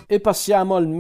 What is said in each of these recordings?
E passiamo al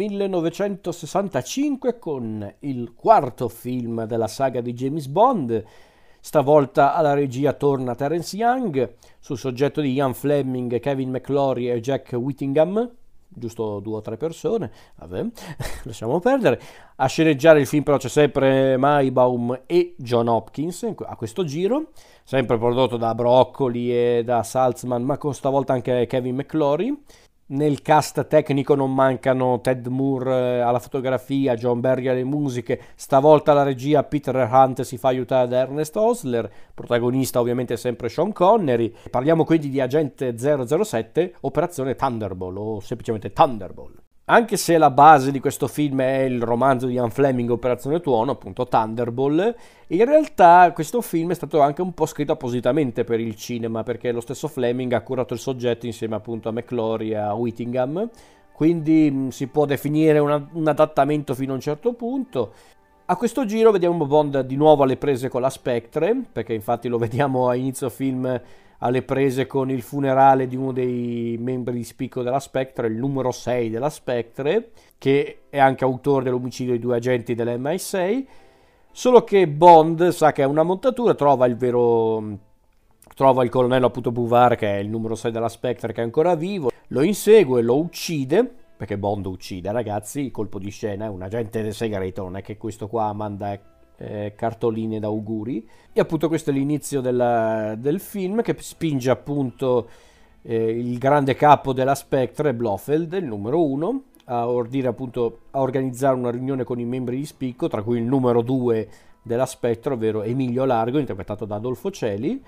1965 con il quarto film della saga di James Bond. Stavolta alla regia torna Terence Young, sul soggetto di Ian Fleming, Kevin McClory e Jack Whittingham, giusto 2 o 3 persone, vabbè, lasciamo perdere. A sceneggiare il film però c'è sempre Maibaum e John Hopkins a questo giro, sempre prodotto da Broccoli e da Saltzman, ma con stavolta anche Kevin McClory. Nel cast tecnico non mancano Ted Moore alla fotografia, John Barry alle musiche, stavolta alla regia Peter Hunt si fa aiutare da Ernest Osler, protagonista ovviamente sempre Sean Connery. Parliamo quindi di Agente 007, Operazione Thunderball o semplicemente Thunderball. Anche se la base di questo film è il romanzo di Ian Fleming, Operazione Tuono, appunto Thunderball, in realtà questo film è stato anche un po' scritto appositamente per il cinema, perché lo stesso Fleming ha curato il soggetto insieme appunto a McClory e a Whittingham, quindi si può definire un adattamento fino a un certo punto. A questo giro vediamo Bond di nuovo alle prese con la Spectre, perché infatti lo vediamo a inizio film alle prese con il funerale di uno dei membri di spicco della Spectre, il numero 6 della Spectre, che è anche autore dell'omicidio di 2 agenti dell'MI6, solo che Bond sa che è una montatura, trova il colonnello appunto Bouvard, che è il numero 6 della Spectre, che è ancora vivo, lo insegue, lo uccide, perché Bond uccide, ragazzi, colpo di scena, è un agente del segreto, non è che questo qua manda cartoline d'auguri. E appunto questo è l'inizio del film, che spinge appunto il grande capo della Spectre, Blofeld, il numero 1, a organizzare una riunione con i membri di spicco, tra cui il numero 2 della Spectre, ovvero Emilio Largo, interpretato da Adolfo Celi.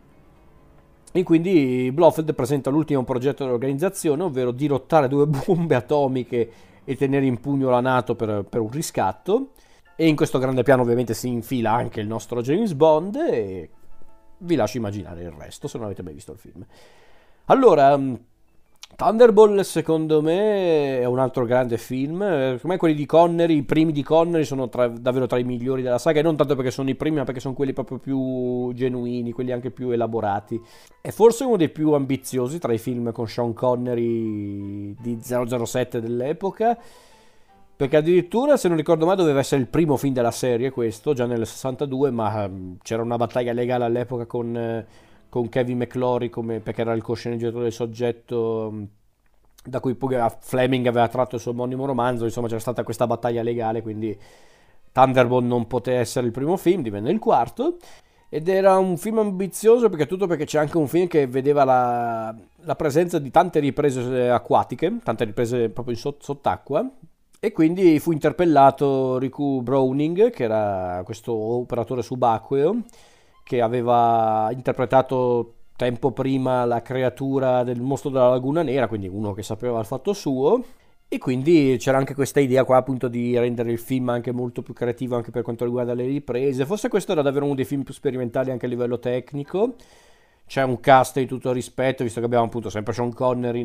E quindi Blofeld presenta l'ultimo progetto dell'organizzazione, ovvero dirottare 2 bombe atomiche e tenere in pugno la NATO per un riscatto. E in questo grande piano ovviamente si infila anche il nostro James Bond e vi lascio immaginare il resto se non avete mai visto il film. Allora, Thunderball secondo me è un altro grande film. Per me quelli di Connery, i primi di Connery sono davvero tra i migliori della saga, e non tanto perché sono i primi ma perché sono quelli proprio più genuini, quelli anche più elaborati. È forse uno dei più ambiziosi tra i film con Sean Connery di 007 dell'epoca, perché addirittura, se non ricordo male, doveva essere il primo film della serie questo, già nel 62, ma c'era una battaglia legale all'epoca con Kevin McClory, perché era il co-sceneggiatore del soggetto da cui poi Fleming aveva tratto il suo omonimo romanzo. Insomma, c'era stata questa battaglia legale, quindi Thunderball non poté essere il primo film, divenne il quarto. Ed era un film ambizioso perché c'è anche un film che vedeva la presenza di tante riprese acquatiche, tante riprese proprio sott'acqua. E quindi fu interpellato Riku Browning, che era questo operatore subacqueo, che aveva interpretato tempo prima la creatura del mostro della Laguna Nera, quindi uno che sapeva il fatto suo. E quindi c'era anche questa idea qua appunto di rendere il film anche molto più creativo anche per quanto riguarda le riprese. Forse questo era davvero uno dei film più sperimentali anche a livello tecnico. C'è un cast di tutto rispetto, visto che abbiamo appunto sempre Sean Connery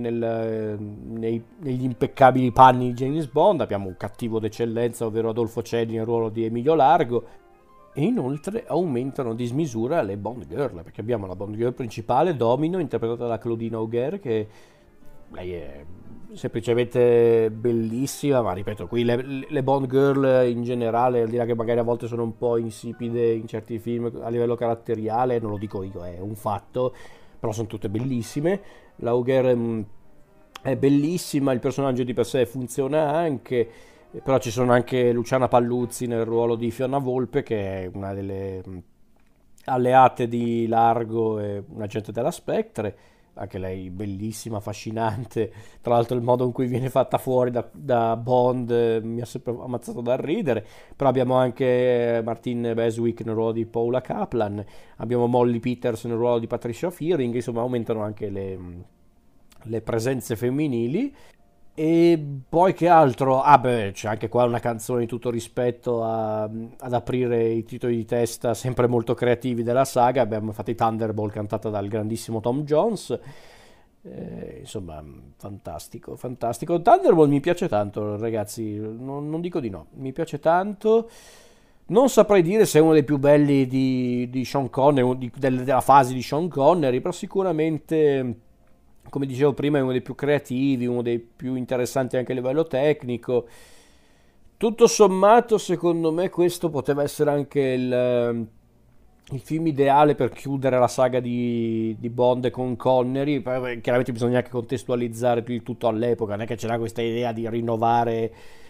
negli impeccabili panni di James Bond, abbiamo un cattivo d'eccellenza, ovvero Adolfo Celi nel ruolo di Emilio Largo, e inoltre aumentano a dismisura le Bond Girl, perché abbiamo la Bond Girl principale, Domino, interpretata da Claudine Auger, che lei è semplicemente bellissima, ma ripeto, qui le Bond Girl in generale, al di là che magari a volte sono un po' insipide in certi film a livello caratteriale, non lo dico io, è un fatto, però sono tutte bellissime. L'Auger è bellissima, il personaggio di per sé funziona anche, però ci sono anche Luciana Palluzzi nel ruolo di Fiona Volpe, che è una delle alleate di Largo e un agente della Spectre, anche lei bellissima, affascinante. Tra l'altro il modo in cui viene fatta fuori da Bond mi ha sempre ammazzato dal ridere. Però abbiamo anche Martin Beswick nel ruolo di Paula Kaplan, abbiamo Molly Peters nel ruolo di Patricia Fearing, insomma aumentano anche le presenze femminili. E poi che altro? C'è anche qua una canzone di tutto rispetto ad aprire i titoli di testa sempre molto creativi della saga. Abbiamo infatti Thunderball cantata dal grandissimo Tom Jones. Insomma, fantastico, fantastico. Thunderball mi piace tanto, ragazzi, non dico di no, mi piace tanto. Non saprei dire se è uno dei più belli di Sean Connery, della fase di Sean Connery, però sicuramente come dicevo prima, è uno dei più creativi, uno dei più interessanti anche a livello tecnico. Tutto sommato, secondo me, questo poteva essere anche il film ideale per chiudere la saga di Bond con Connery. Poi, chiaramente bisogna anche contestualizzare più il tutto all'epoca, non è che c'era questa idea di rinnovare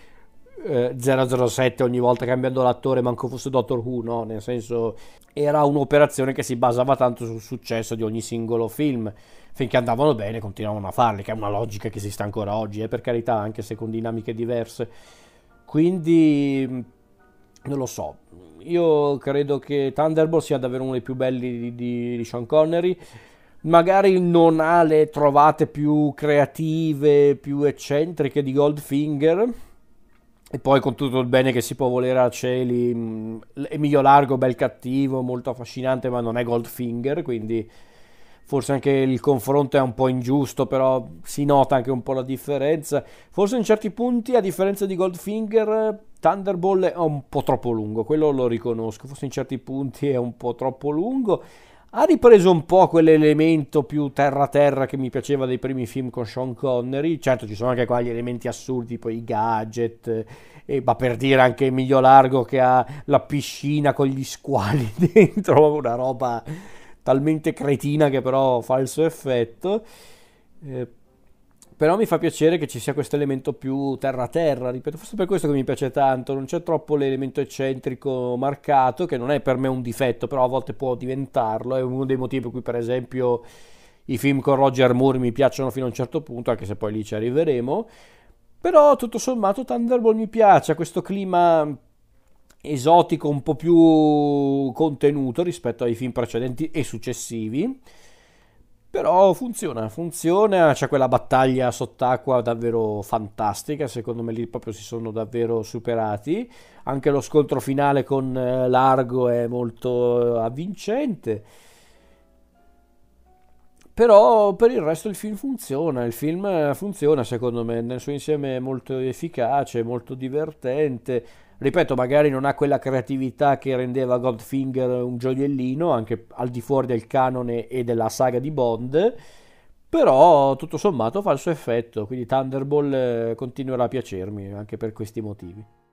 007 ogni volta cambiando l'attore, manco fosse Doctor Who, no? Nel senso, era un'operazione che si basava tanto sul successo di ogni singolo film. Finché andavano bene, continuavano a farli, che è una logica che esiste ancora oggi, per carità, anche se con dinamiche diverse. Quindi, non lo so, io credo che Thunderbolt sia davvero uno dei più belli di Sean Connery. Magari non ha le trovate più creative, più eccentriche di Goldfinger. E poi con tutto il bene che si può volere a cieli, Emilio Largo, bel cattivo, molto affascinante, ma non è Goldfinger, quindi forse anche il confronto è un po' ingiusto, però si nota anche un po' la differenza. Forse in certi punti, a differenza di Goldfinger, Thunderbolt è un po' troppo lungo, quello lo riconosco, forse in certi punti è un po' troppo lungo. Ha ripreso un po' quell'elemento più terra-terra che mi piaceva dei primi film con Sean Connery. Certo, ci sono anche quegli elementi assurdi, tipo i gadget, e ma per dire anche Emilio Largo che ha la piscina con gli squali dentro, una roba talmente cretina che però fa il suo effetto. Eh, Però mi fa piacere che ci sia questo elemento più terra-terra, ripeto, forse per questo che mi piace tanto, non c'è troppo l'elemento eccentrico marcato, che non è per me un difetto, però a volte può diventarlo, è uno dei motivi per cui per esempio i film con Roger Moore mi piacciono fino a un certo punto, anche se poi lì ci arriveremo, però tutto sommato Thunderbolt mi piace, ha questo clima esotico un po' più contenuto rispetto ai film precedenti e successivi. Però funziona, c'è quella battaglia sott'acqua davvero fantastica, secondo me lì proprio si sono davvero superati. Anche lo scontro finale con Largo è molto avvincente. Però per il resto il film funziona secondo me, nel suo insieme è molto efficace, molto divertente. Ripeto, magari non ha quella creatività che rendeva Goldfinger un gioiellino, anche al di fuori del canone e della saga di Bond, però tutto sommato fa il suo effetto, quindi Thunderbolt continuerà a piacermi anche per questi motivi.